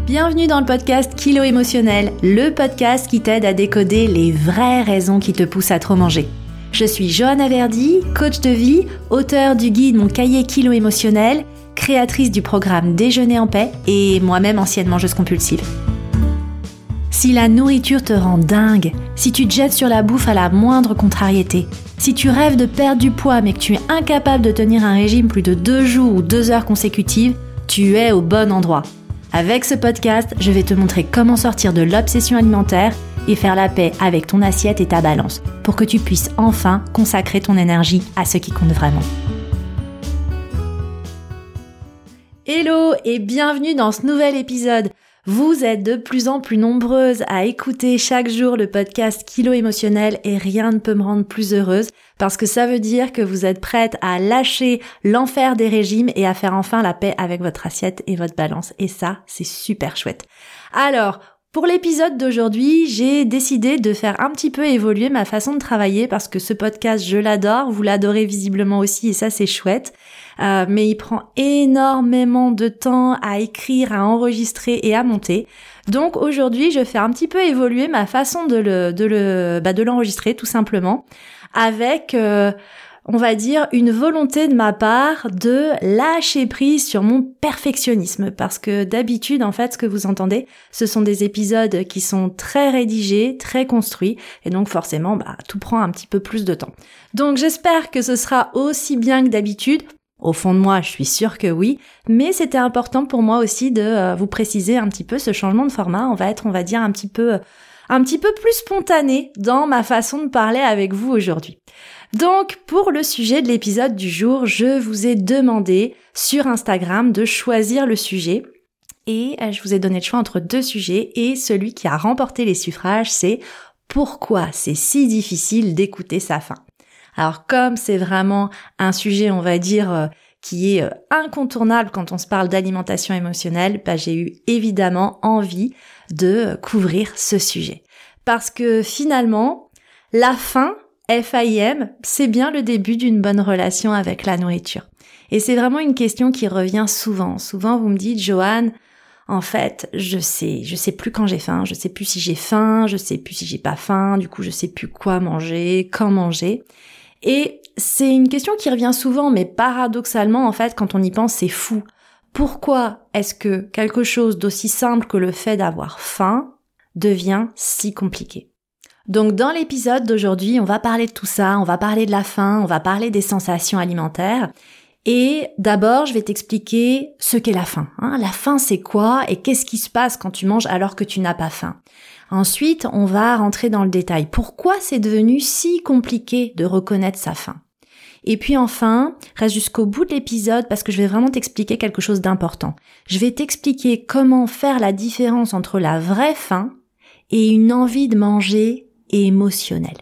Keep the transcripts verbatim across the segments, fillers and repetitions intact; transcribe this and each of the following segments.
Bienvenue dans le podcast Kilo Émotionnel, le podcast qui t'aide à décoder les vraies raisons qui te poussent à trop manger. Je suis Johanna Verdi, coach de vie, auteure du guide Mon cahier Kilo Émotionnel, créatrice du programme Déjeuner en paix et moi-même ancienne mangeuse compulsive. Si la nourriture te rend dingue, si tu te jettes sur la bouffe à la moindre contrariété, si tu rêves de perdre du poids mais que tu es incapable de tenir un régime plus de deux jours ou deux heures consécutives, tu es au bon endroit. Avec ce podcast, je vais te montrer comment sortir de l'obsession alimentaire et faire la paix avec ton assiette et ta balance pour que tu puisses enfin consacrer ton énergie à ce qui compte vraiment. Hello et bienvenue dans ce nouvel épisode. Vous êtes de plus en plus nombreuses à écouter chaque jour le podcast Kilo Émotionnel et rien ne peut me rendre plus heureuse parce que ça veut dire que vous êtes prêtes à lâcher l'enfer des régimes et à faire enfin la paix avec votre assiette et votre balance. Et ça, c'est super chouette. Alors, pour l'épisode d'aujourd'hui, j'ai décidé de faire un petit peu évoluer ma façon de travailler parce que ce podcast, je l'adore, vous l'adorez visiblement aussi et ça, c'est chouette. Euh, mais il prend énormément de temps à écrire, à enregistrer et à monter. Donc aujourd'hui, je fais un petit peu évoluer ma façon de le, de le, bah de l'enregistrer tout simplement, avec, euh, on va dire, une volonté de ma part de lâcher prise sur mon perfectionnisme, parce que d'habitude, en fait, ce que vous entendez, ce sont des épisodes qui sont très rédigés, très construits, et donc forcément, bah tout prend un petit peu plus de temps. Donc j'espère que ce sera aussi bien que d'habitude. Au fond de moi, je suis sûre que oui, mais c'était important pour moi aussi de euh, vous préciser un petit peu ce changement de format. On va être, on va dire, un petit peu, un petit peu plus spontané dans ma façon de parler avec vous aujourd'hui. Donc, pour le sujet de l'épisode du jour, je vous ai demandé sur Instagram de choisir le sujet et euh, je vous ai donné le choix entre deux sujets et celui qui a remporté les suffrages, c'est pourquoi c'est si difficile d'écouter sa faim. Alors comme c'est vraiment un sujet, on va dire, euh, qui est euh, incontournable quand on se parle d'alimentation émotionnelle, bah, j'ai eu évidemment envie de euh, couvrir ce sujet. Parce que finalement, la faim, F A I M, c'est bien le début d'une bonne relation avec la nourriture. Et c'est vraiment une question qui revient souvent. Souvent vous me dites, Joanne, en fait, je sais, je sais plus quand j'ai faim, je sais plus si j'ai faim, je sais plus si j'ai pas faim, du coup je sais plus quoi manger, quand manger. Et c'est une question qui revient souvent, mais paradoxalement, en fait, quand on y pense, c'est fou. Pourquoi est-ce que quelque chose d'aussi simple que le fait d'avoir faim devient si compliqué? Donc, dans l'épisode d'aujourd'hui, on va parler de tout ça, on va parler de la faim, on va parler des sensations alimentaires. Et d'abord, je vais t'expliquer ce qu'est la faim. Hein, la faim, c'est quoi et qu'est-ce qui se passe quand tu manges alors que tu n'as pas faim? Ensuite, on va rentrer dans le détail. Pourquoi c'est devenu si compliqué de reconnaître sa faim? Et puis enfin, reste jusqu'au bout de l'épisode parce que je vais vraiment t'expliquer quelque chose d'important. Je vais t'expliquer comment faire la différence entre la vraie faim et une envie de manger émotionnelle.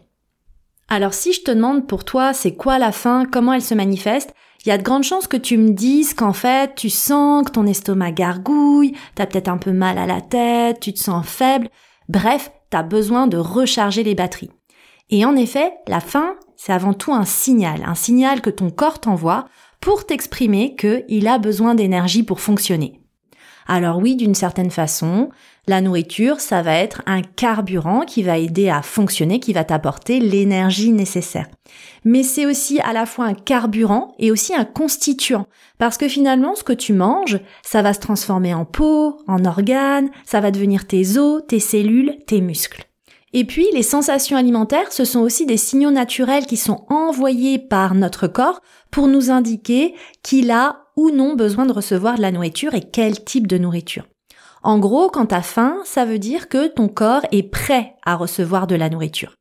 Alors si je te demande pour toi, c'est quoi la faim, comment elle se manifeste, il y a de grandes chances que tu me dises qu'en fait, tu sens que ton estomac gargouille, t'as peut-être un peu mal à la tête, tu te sens faible. Bref, t'as besoin de recharger les batteries. Et en effet, la faim, c'est avant tout un signal, un signal que ton corps t'envoie pour t'exprimer qu'il a besoin d'énergie pour fonctionner. Alors oui, d'une certaine façon, la nourriture, ça va être un carburant qui va aider à fonctionner, qui va t'apporter l'énergie nécessaire. Mais c'est aussi à la fois un carburant et aussi un constituant. Parce que finalement, ce que tu manges, ça va se transformer en peau, en organes, ça va devenir tes os, tes cellules, tes muscles. Et puis, les sensations alimentaires, ce sont aussi des signaux naturels qui sont envoyés par notre corps pour nous indiquer qu'il a ou non besoin de recevoir de la nourriture et quel type de nourriture. En gros, quand t'as faim, ça veut dire que ton corps est prêt à recevoir de la nourriture.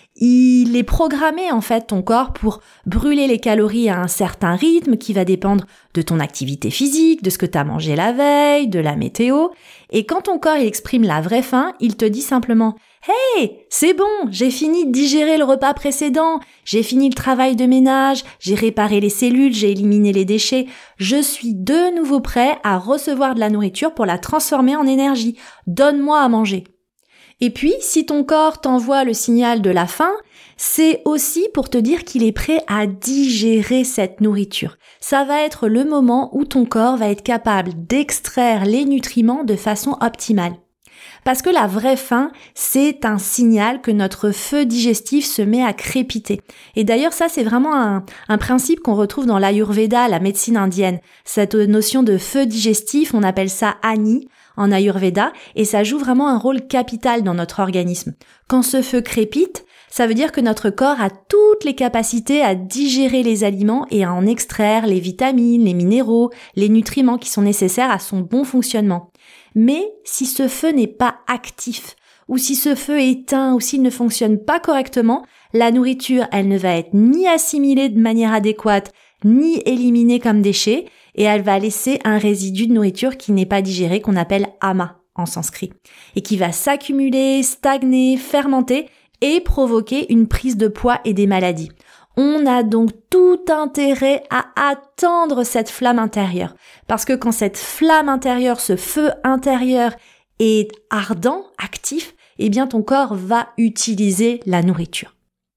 Il est programmé en fait ton corps pour brûler les calories à un certain rythme qui va dépendre de ton activité physique, de ce que tu as mangé la veille, de la météo. Et quand ton corps il exprime la vraie faim, il te dit simplement « Hey, c'est bon, j'ai fini de digérer le repas précédent, j'ai fini le travail de ménage, j'ai réparé les cellules, j'ai éliminé les déchets, je suis de nouveau prêt à recevoir de la nourriture pour la transformer en énergie. Donne-moi à manger. » Et puis, si ton corps t'envoie le signal de la faim, c'est aussi pour te dire qu'il est prêt à digérer cette nourriture. Ça va être le moment où ton corps va être capable d'extraire les nutriments de façon optimale. Parce que la vraie faim, c'est un signal que notre feu digestif se met à crépiter. Et d'ailleurs, ça, c'est vraiment un, un principe qu'on retrouve dans l'Ayurveda, la médecine indienne. Cette notion de feu digestif, on appelle ça Ani en Ayurveda, et ça joue vraiment un rôle capital dans notre organisme. Quand ce feu crépite, ça veut dire que notre corps a toutes les capacités à digérer les aliments et à en extraire les vitamines, les minéraux, les nutriments qui sont nécessaires à son bon fonctionnement. Mais si ce feu n'est pas actif, ou si ce feu est éteint, ou s'il ne fonctionne pas correctement, la nourriture, elle ne va être ni assimilée de manière adéquate, ni éliminée comme déchet, et elle va laisser un résidu de nourriture qui n'est pas digéré, qu'on appelle ama en sanskrit, et qui va s'accumuler, stagner, fermenter, et provoquer une prise de poids et des maladies. On a donc tout intérêt à attendre cette flamme intérieure. Parce que quand cette flamme intérieure, ce feu intérieur est ardent, actif, eh bien ton corps va utiliser la nourriture.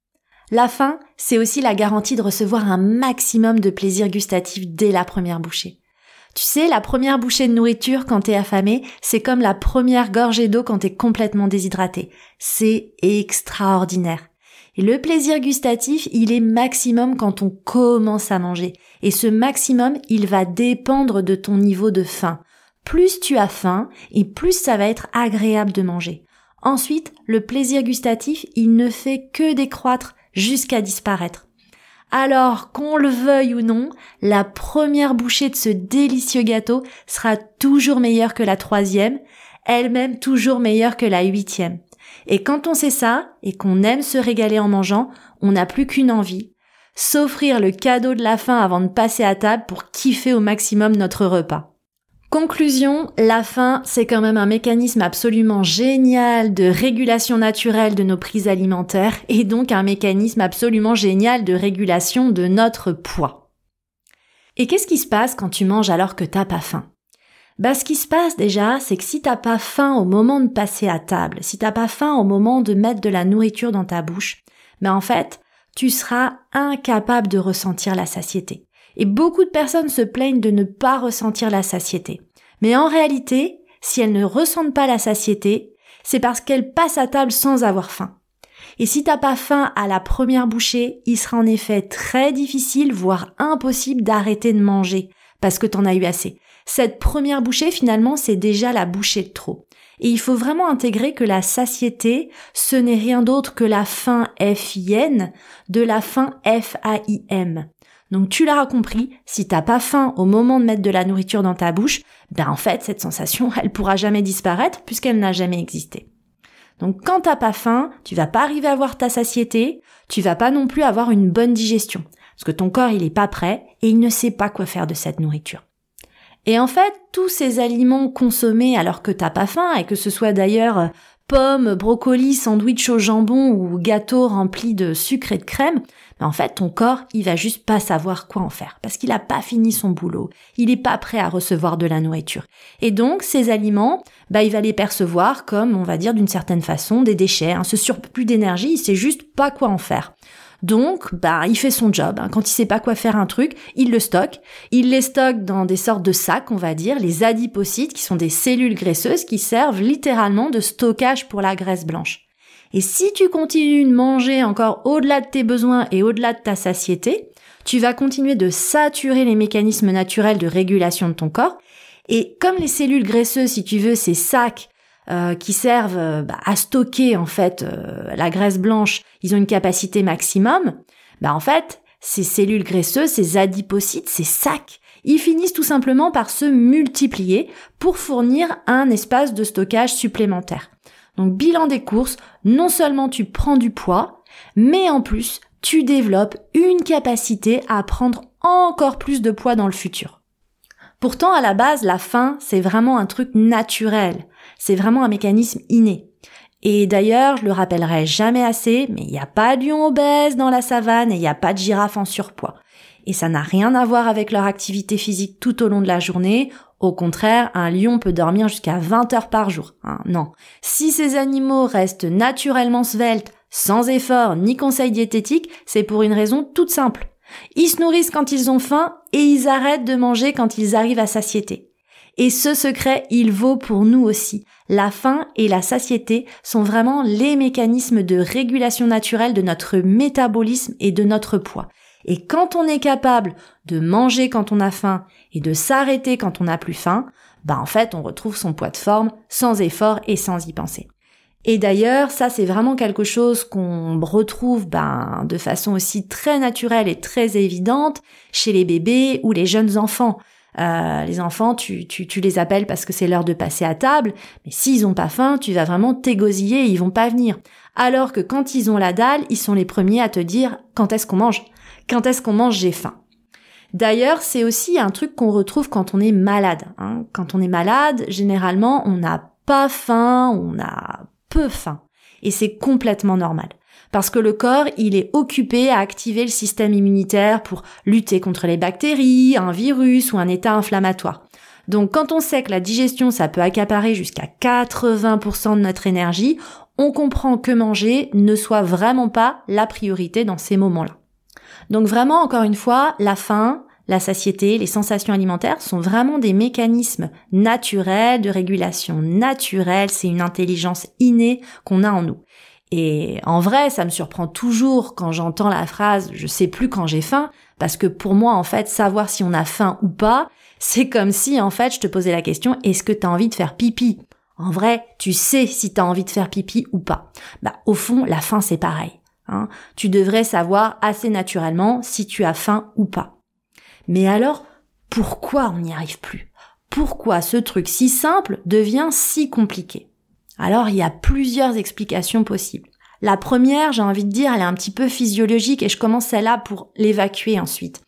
La faim, c'est aussi la garantie de recevoir un maximum de plaisir gustatif dès la première bouchée. Tu sais, la première bouchée de nourriture quand t'es affamé, c'est comme la première gorgée d'eau quand t'es complètement déshydraté. C'est extraordinaire. Et le plaisir gustatif, il est maximum quand on commence à manger. Et ce maximum, il va dépendre de ton niveau de faim. Plus tu as faim, et plus ça va être agréable de manger. Ensuite, le plaisir gustatif, il ne fait que décroître jusqu'à disparaître. Alors, qu'on le veuille ou non, la première bouchée de ce délicieux gâteau sera toujours meilleure que la troisième, elle-même toujours meilleure que la huitième. Et quand on sait ça, et qu'on aime se régaler en mangeant, on n'a plus qu'une envie, s'offrir le cadeau de la faim avant de passer à table pour kiffer au maximum notre repas. Conclusion, la faim, c'est quand même un mécanisme absolument génial de régulation naturelle de nos prises alimentaires et donc un mécanisme absolument génial de régulation de notre poids. Et qu'est-ce qui se passe quand tu manges alors que t'as pas faim ? Bah, ce qui se passe déjà, c'est que si t'as pas faim au moment de passer à table, si t'as pas faim au moment de mettre de la nourriture dans ta bouche, bah en fait, tu seras incapable de ressentir la satiété. Et beaucoup de personnes se plaignent de ne pas ressentir la satiété. Mais en réalité, si elles ne ressentent pas la satiété, c'est parce qu'elles passent à table sans avoir faim. Et si t'as pas faim à la première bouchée, il sera en effet très difficile, voire impossible d'arrêter de manger, parce que t'en as eu assez. Cette première bouchée, finalement, c'est déjà la bouchée de trop. Et il faut vraiment intégrer que la satiété, ce n'est rien d'autre que la faim F I N de la faim F A I M. Donc tu l'auras compris, si t'as pas faim au moment de mettre de la nourriture dans ta bouche, ben en fait cette sensation elle pourra jamais disparaître puisqu'elle n'a jamais existé. Donc quand t'as pas faim, tu vas pas arriver à avoir ta satiété, tu vas pas non plus avoir une bonne digestion, parce que ton corps il est pas prêt et il ne sait pas quoi faire de cette nourriture. Et en fait, tous ces aliments consommés alors que t'as pas faim, et que ce soit d'ailleurs pommes, brocolis, sandwich au jambon ou gâteau rempli de sucre et de crème, ben en fait, ton corps, il va juste pas savoir quoi en faire parce qu'il a pas fini son boulot. Il est pas prêt à recevoir de la nourriture. Et donc, ces aliments, ben, il va les percevoir comme, on va dire, d'une certaine façon, des déchets. Hein. Ce surplus d'énergie, il sait juste pas quoi en faire. Donc, bah, il fait son job. Hein. Quand il sait pas quoi faire un truc, il le stocke. Il les stocke dans des sortes de sacs, on va dire, les adipocytes, qui sont des cellules graisseuses qui servent littéralement de stockage pour la graisse blanche. Et si tu continues de manger encore au-delà de tes besoins et au-delà de ta satiété, tu vas continuer de saturer les mécanismes naturels de régulation de ton corps. Et comme les cellules graisseuses, si tu veux, ces sacs Euh, qui servent euh, bah, à stocker en fait euh, la graisse blanche, ils ont une capacité maximum, bah en fait, ces cellules graisseuses, ces adipocytes, ces sacs, ils finissent tout simplement par se multiplier pour fournir un espace de stockage supplémentaire. Donc bilan des courses, non seulement tu prends du poids, mais en plus, tu développes une capacité à prendre encore plus de poids dans le futur. Pourtant, à la base, la faim, c'est vraiment un truc naturel. C'est vraiment un mécanisme inné. Et d'ailleurs, je le rappellerai jamais assez, mais il n'y a pas de lion obèse dans la savane et il n'y a pas de girafe en surpoids. Et ça n'a rien à voir avec leur activité physique tout au long de la journée. Au contraire, un lion peut dormir jusqu'à vingt heures par jour. Hein, non. Si ces animaux restent naturellement sveltes, sans effort ni conseil diététique, c'est pour une raison toute simple. Ils se nourrissent quand ils ont faim et ils arrêtent de manger quand ils arrivent à satiété. Et ce secret, il vaut pour nous aussi. La faim et la satiété sont vraiment les mécanismes de régulation naturelle de notre métabolisme et de notre poids. Et quand on est capable de manger quand on a faim et de s'arrêter quand on n'a plus faim, bah en fait, on retrouve son poids de forme sans effort et sans y penser. Et d'ailleurs, ça c'est vraiment quelque chose qu'on retrouve ben, de façon aussi très naturelle et très évidente chez les bébés ou les jeunes enfants. Euh, les enfants, tu, tu, tu les appelles parce que c'est l'heure de passer à table, mais s'ils ont pas faim, tu vas vraiment t'égosiller et ils vont pas venir. Alors que quand ils ont la dalle, ils sont les premiers à te dire « quand est-ce qu'on mange ? Quand est-ce qu'on mange ? J'ai faim ». D'ailleurs, c'est aussi un truc qu'on retrouve quand on est malade. Hein. Quand on est malade, généralement, on n'a pas faim, on a peu faim. Et c'est complètement normal. Parce que le corps, il est occupé à activer le système immunitaire pour lutter contre les bactéries, un virus ou un état inflammatoire. Donc quand on sait que la digestion, ça peut accaparer jusqu'à quatre-vingts pour cent de notre énergie, on comprend que manger ne soit vraiment pas la priorité dans ces moments-là. Donc vraiment, encore une fois, la faim, la satiété, les sensations alimentaires sont vraiment des mécanismes naturels, de régulation naturelle, c'est une intelligence innée qu'on a en nous. Et en vrai, ça me surprend toujours quand j'entends la phrase « je sais plus quand j'ai faim », parce que pour moi, en fait, savoir si on a faim ou pas, c'est comme si, en fait, je te posais la question « est-ce que tu as envie de faire pipi ?» En vrai, tu sais si tu as envie de faire pipi ou pas. Bah, au fond, la faim, c'est pareil. Hein. Tu devrais savoir assez naturellement si tu as faim ou pas. Mais alors, pourquoi on n'y arrive plus ? Pourquoi ce truc si simple devient si compliqué ? Alors, il y a plusieurs explications possibles. La première, j'ai envie de dire, elle est un petit peu physiologique et je commence celle-là pour l'évacuer ensuite.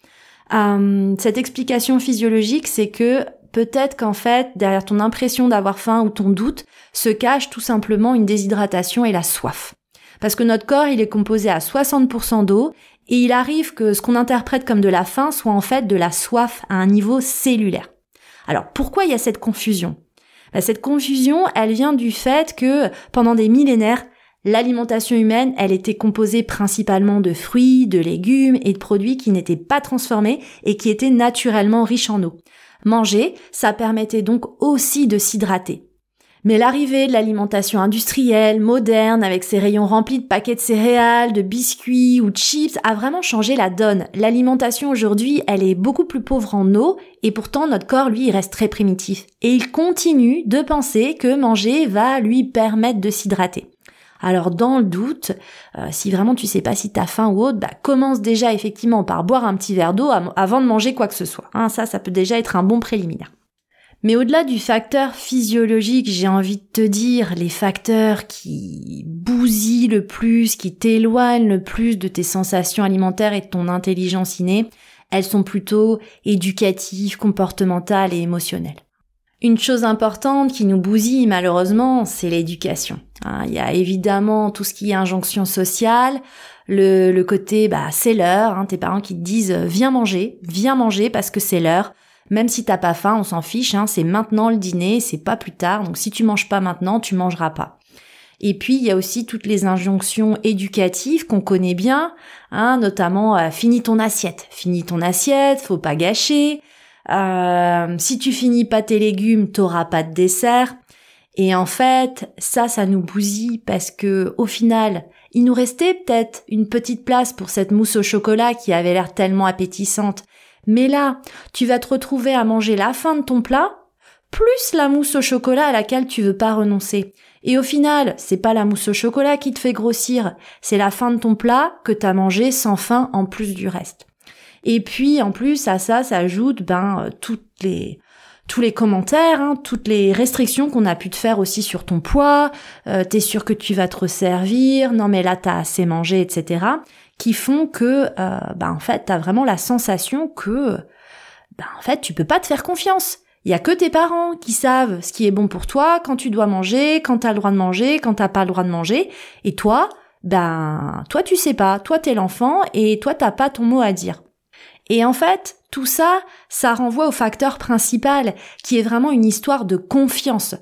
Euh, cette explication physiologique, c'est que peut-être qu'en fait, derrière ton impression d'avoir faim ou ton doute, se cache tout simplement une déshydratation et la soif. Parce que notre corps, il est composé à soixante pour cent d'eau et il arrive que ce qu'on interprète comme de la faim soit en fait de la soif à un niveau cellulaire. Alors, pourquoi il y a cette confusion ? Ben, cette confusion, elle vient du fait que pendant des millénaires, l'alimentation humaine, elle était composée principalement de fruits, de légumes et de produits qui n'étaient pas transformés et qui étaient naturellement riches en eau. Manger, ça permettait donc aussi de s'hydrater. Mais l'arrivée de l'alimentation industrielle, moderne, avec ses rayons remplis de paquets de céréales, de biscuits ou de chips, a vraiment changé la donne. L'alimentation aujourd'hui, elle est beaucoup plus pauvre en eau, et pourtant notre corps, lui, il reste très primitif. Et il continue de penser que manger va lui permettre de s'hydrater. Alors dans le doute, euh, si vraiment tu sais pas si t'as faim ou autre, bah commence déjà effectivement par boire un petit verre d'eau avant de manger quoi que ce soit. Hein, ça, ça peut déjà être un bon préliminaire. Mais au-delà du facteur physiologique, j'ai envie de te dire, les facteurs qui bousillent le plus, qui t'éloignent le plus de tes sensations alimentaires et de ton intelligence innée, elles sont plutôt éducatives, comportementales et émotionnelles. Une chose importante qui nous bousille malheureusement, c'est l'éducation. Hein, il y a évidemment tout ce qui est injonction sociale, le, le côté bah c'est l'heure, hein, tes parents qui te disent viens manger, viens manger parce que c'est l'heure. Même si t'as pas faim, on s'en fiche, hein, c'est maintenant le dîner, c'est pas plus tard, donc si tu manges pas maintenant, tu mangeras pas. Et puis, il y a aussi toutes les injonctions éducatives qu'on connaît bien, hein, notamment euh, finis ton assiette, finis ton assiette, faut pas gâcher, euh, si tu finis pas tes légumes, t'auras pas de dessert. Et en fait, ça, ça nous bousille parce que au final, il nous restait peut-être une petite place pour cette mousse au chocolat qui avait l'air tellement appétissante. Mais là, tu vas te retrouver à manger la fin de ton plat, plus la mousse au chocolat à laquelle tu veux pas renoncer. Et au final, c'est pas la mousse au chocolat qui te fait grossir, c'est la fin de ton plat que t'as mangé sans faim en plus du reste. Et puis, en plus, à ça, ça ajoute, ben, toutes les, tous les commentaires, hein, toutes les restrictions qu'on a pu te faire aussi sur ton poids, euh, t'es sûr que tu vas te resservir, non mais là t'as assez mangé, et cetera, qui font que, euh, bah en fait, t'as vraiment la sensation que, bah en fait, tu peux pas te faire confiance. Il y a que tes parents qui savent ce qui est bon pour toi, quand tu dois manger, quand t'as le droit de manger, quand t'as pas le droit de manger, et toi, ben, toi tu sais pas, toi t'es l'enfant et toi t'as pas ton mot à dire. Et en fait, tout ça, ça renvoie au facteur principal, qui est vraiment une histoire de confiance.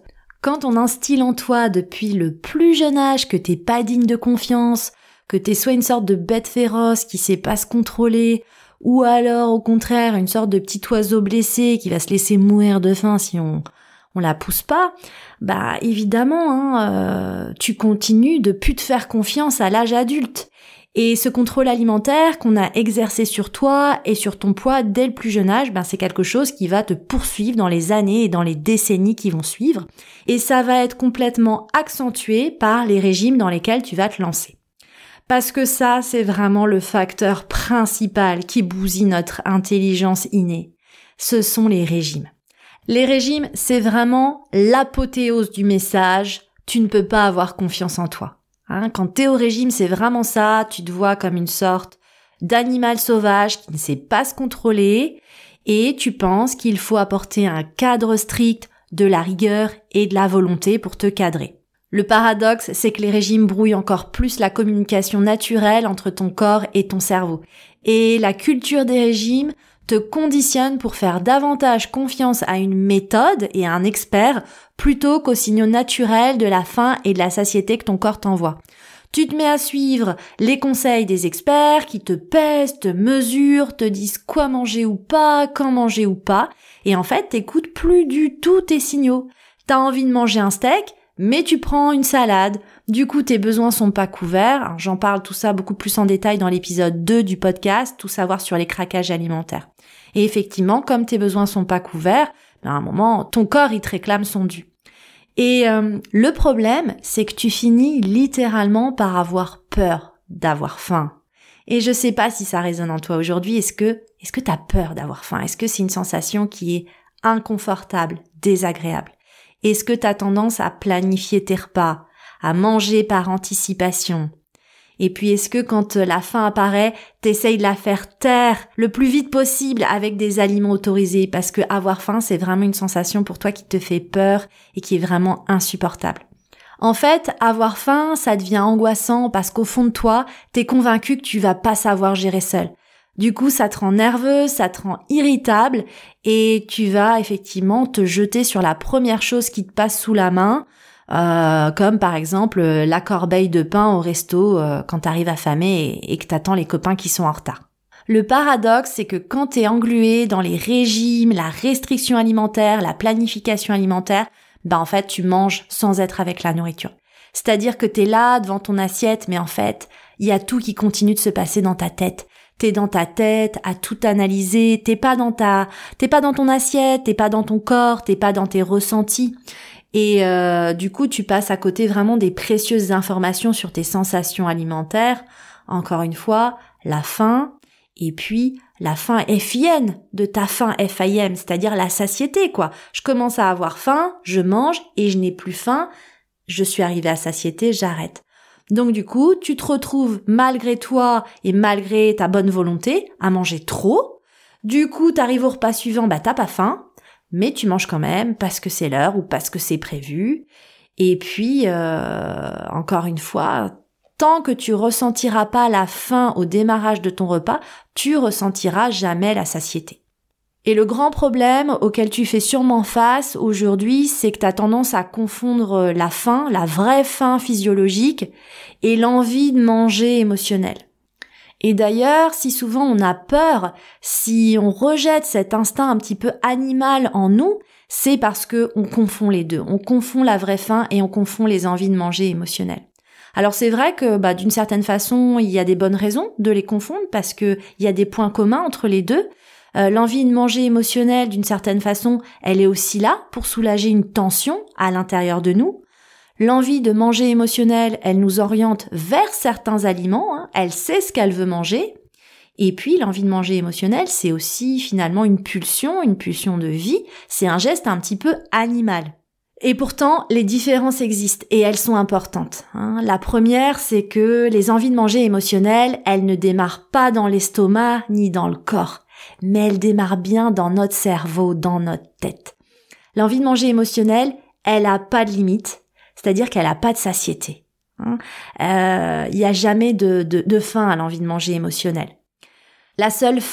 Quand on instille en toi depuis le plus jeune âge que t'es pas digne de confiance, que t'es soit une sorte de bête féroce qui sait pas se contrôler, ou alors au contraire une sorte de petit oiseau blessé qui va se laisser mourir de faim si on on la pousse pas, bah évidemment hein, euh, tu continues de plus te faire confiance à l'âge adulte. Et ce contrôle alimentaire qu'on a exercé sur toi et sur ton poids dès le plus jeune âge, ben c'est quelque chose qui va te poursuivre dans les années et dans les décennies qui vont suivre. Et ça va être complètement accentué par les régimes dans lesquels tu vas te lancer. Parce que ça, c'est vraiment le facteur principal qui bousille notre intelligence innée. Ce sont les régimes. Les régimes, c'est vraiment l'apothéose du message « tu ne peux pas avoir confiance en toi ». Hein, quand t'es au régime, c'est vraiment ça, tu te vois comme une sorte d'animal sauvage qui ne sait pas se contrôler et tu penses qu'il faut apporter un cadre strict, de la rigueur et de la volonté pour te cadrer. Le paradoxe, c'est que les régimes brouillent encore plus la communication naturelle entre ton corps et ton cerveau. Et la culture des régimes te conditionne pour faire davantage confiance à une méthode et à un expert plutôt qu'aux signaux naturels de la faim et de la satiété que ton corps t'envoie. Tu te mets à suivre les conseils des experts qui te pèsent, te mesurent, te disent quoi manger ou pas, quand manger ou pas, et en fait t'écoutes plus du tout tes signaux. T'as envie de manger un steak, mais tu prends une salade, du coup tes besoins sont pas couverts. Alors, j'en parle tout ça beaucoup plus en détail dans l'épisode deux du podcast, tout savoir sur les craquages alimentaires. Et effectivement, comme tes besoins sont pas couverts, ben à un moment, ton corps il te réclame son dû. Et euh, le problème, c'est que tu finis littéralement par avoir peur d'avoir faim. Et je sais pas si ça résonne en toi aujourd'hui, est-ce que est-ce que t'as peur d'avoir faim? Est-ce que c'est une sensation qui est inconfortable, désagréable? Est-ce que t'as tendance à planifier tes repas, à manger par anticipation? Et puis est-ce que quand la faim apparaît, t'essayes de la faire taire le plus vite possible avec des aliments autorisés? Parce que avoir faim, c'est vraiment une sensation pour toi qui te fait peur et qui est vraiment insupportable. En fait, avoir faim, ça devient angoissant parce qu'au fond de toi, t'es convaincu que tu vas pas savoir gérer seul. Du coup, ça te rend nerveux, ça te rend irritable et tu vas effectivement te jeter sur la première chose qui te passe sous la main, euh, comme par exemple la corbeille de pain au resto euh, quand t'arrives affamé et, et que t'attends les copains qui sont en retard. Le paradoxe, c'est que quand t'es englué dans les régimes, la restriction alimentaire, la planification alimentaire, bah en fait tu manges sans être avec la nourriture. C'est-à-dire que t'es là devant ton assiette, mais en fait, il y a tout qui continue de se passer dans ta tête. T'es dans ta tête à tout analyser, t'es pas dans ta, t'es pas dans ton assiette, t'es pas dans ton corps, t'es pas dans tes ressentis. Et euh, du coup, tu passes à côté vraiment des précieuses informations sur tes sensations alimentaires. Encore une fois, la faim, et puis la faim F I N de ta faim F I M, c'est-à-dire la satiété, quoi. Je commence à avoir faim, je mange et je n'ai plus faim. Je suis arrivée à satiété, j'arrête. Donc du coup, tu te retrouves malgré toi et malgré ta bonne volonté à manger trop. Du coup, t'arrives au repas suivant, bah t'as pas faim, mais tu manges quand même parce que c'est l'heure ou parce que c'est prévu. Et puis, euh, encore une fois, tant que tu ressentiras pas la faim au démarrage de ton repas, tu ressentiras jamais la satiété. Et le grand problème auquel tu fais sûrement face aujourd'hui, c'est que tu as tendance à confondre la faim, la vraie faim physiologique, et l'envie de manger émotionnelle. Et d'ailleurs, si souvent on a peur, si on rejette cet instinct un petit peu animal en nous, c'est parce que on confond les deux. On confond la vraie faim et on confond les envies de manger émotionnelles. Alors c'est vrai que bah, d'une certaine façon, il y a des bonnes raisons de les confondre parce que il y a des points communs entre les deux. Euh, l'envie de manger émotionnelle, d'une certaine façon, elle est aussi là pour soulager une tension à l'intérieur de nous. L'envie de manger émotionnelle, elle nous oriente vers certains aliments, hein, elle sait ce qu'elle veut manger. Et puis l'envie de manger émotionnelle, c'est aussi finalement une pulsion, une pulsion de vie, c'est un geste un petit peu animal. Et pourtant, les différences existent et elles sont importantes. Hein. La première, c'est que les envies de manger émotionnelles, elles ne démarrent pas dans l'estomac ni dans le corps. Mais elle démarre bien dans notre cerveau, dans notre tête. L'envie de manger émotionnelle, elle a pas de limite, c'est-à-dire qu'elle a pas de satiété. Il hein. euh, y a jamais de, de, de faim à l'envie de manger émotionnelle. La seule faim,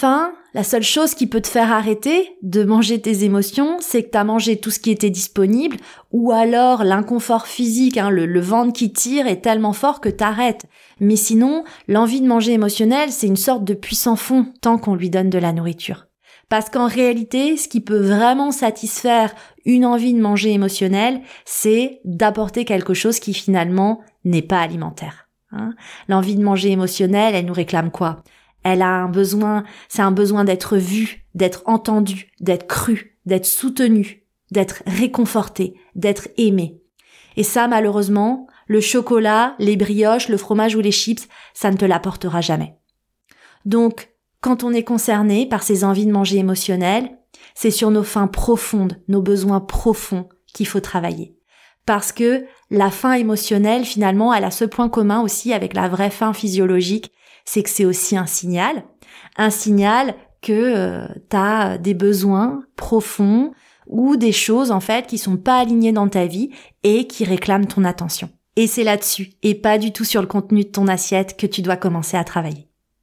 la seule chose qui peut te faire arrêter de manger tes émotions, c'est que t'as mangé tout ce qui était disponible, ou alors l'inconfort physique, hein, le, le ventre qui tire est tellement fort que t'arrêtes. Mais sinon, l'envie de manger émotionnelle, c'est une sorte de puissant fond tant qu'on lui donne de la nourriture. Parce qu'en réalité, ce qui peut vraiment satisfaire une envie de manger émotionnelle, c'est d'apporter quelque chose qui finalement n'est pas alimentaire. Hein. L'envie de manger émotionnelle, elle nous réclame quoi ? Elle a un besoin, c'est un besoin d'être vu, d'être entendu, d'être cru, d'être soutenu, d'être réconforté, d'être aimé. Et ça, malheureusement, le chocolat, les brioches, le fromage ou les chips, ça ne te l'apportera jamais. Donc, quand on est concerné par ces envies de manger émotionnelles, c'est sur nos faims profondes, nos besoins profonds qu'il faut travailler. Parce que la faim émotionnelle, finalement, elle a ce point commun aussi avec la vraie faim physiologique, c'est que c'est aussi un signal, un signal que euh, t'as des besoins profonds ou des choses, en fait, qui sont pas alignées dans ta vie et qui réclament ton attention. Et c'est là-dessus, et pas du tout sur le contenu de ton assiette, que tu dois commencer à travailler.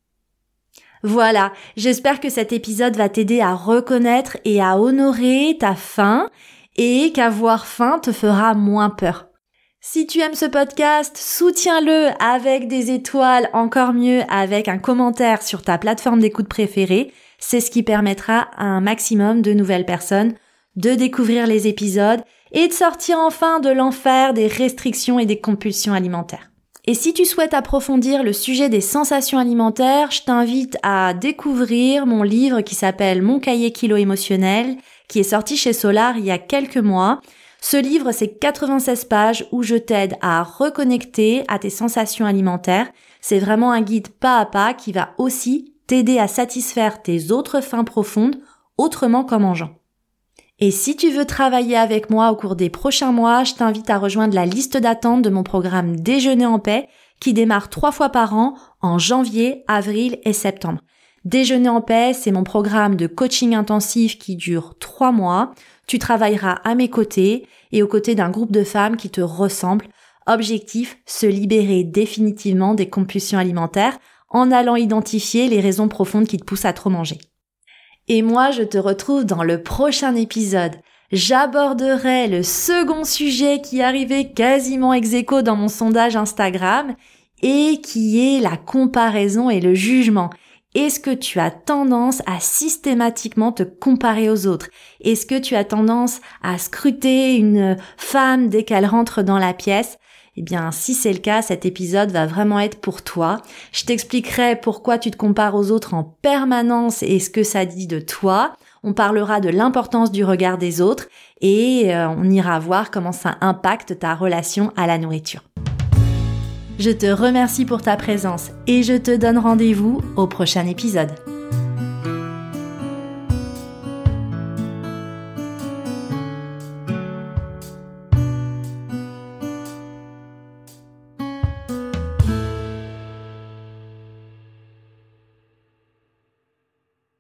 Voilà, j'espère que cet épisode va t'aider à reconnaître et à honorer ta faim et qu'avoir faim te fera moins peur. Si tu aimes ce podcast, soutiens-le avec des étoiles, encore mieux avec un commentaire sur ta plateforme d'écoute préférée. C'est ce qui permettra à un maximum de nouvelles personnes de découvrir les épisodes et de sortir enfin de l'enfer des restrictions et des compulsions alimentaires. Et si tu souhaites approfondir le sujet des sensations alimentaires, je t'invite à découvrir mon livre qui s'appelle Mon cahier kilo émotionnel, qui est sorti chez Solar il y a quelques mois. Ce livre, c'est quatre-vingt-seize pages où je t'aide à reconnecter à tes sensations alimentaires. C'est vraiment un guide pas à pas qui va aussi t'aider à satisfaire tes autres faims profondes autrement qu'en mangeant. Et si tu veux travailler avec moi au cours des prochains mois, je t'invite à rejoindre la liste d'attente de mon programme Déjeuner en paix qui démarre trois fois par an en janvier, avril et septembre. Déjeuner en paix, c'est mon programme de coaching intensif qui dure trois mois. Tu travailleras à mes côtés et aux côtés d'un groupe de femmes qui te ressemblent. Objectif, se libérer définitivement des compulsions alimentaires en allant identifier les raisons profondes qui te poussent à trop manger. Et moi, je te retrouve dans le prochain épisode. J'aborderai le second sujet qui arrivait quasiment ex aequo dans mon sondage Instagram et qui est la comparaison et le jugement. Est-ce que tu as tendance à systématiquement te comparer aux autres ? Est-ce que tu as tendance à scruter une femme dès qu'elle rentre dans la pièce ? Eh bien, si c'est le cas, cet épisode va vraiment être pour toi. Je t'expliquerai pourquoi tu te compares aux autres en permanence et ce que ça dit de toi. On parlera de l'importance du regard des autres et euh, on ira voir comment ça impacte ta relation à la nourriture. Je te remercie pour ta présence et je te donne rendez-vous au prochain épisode.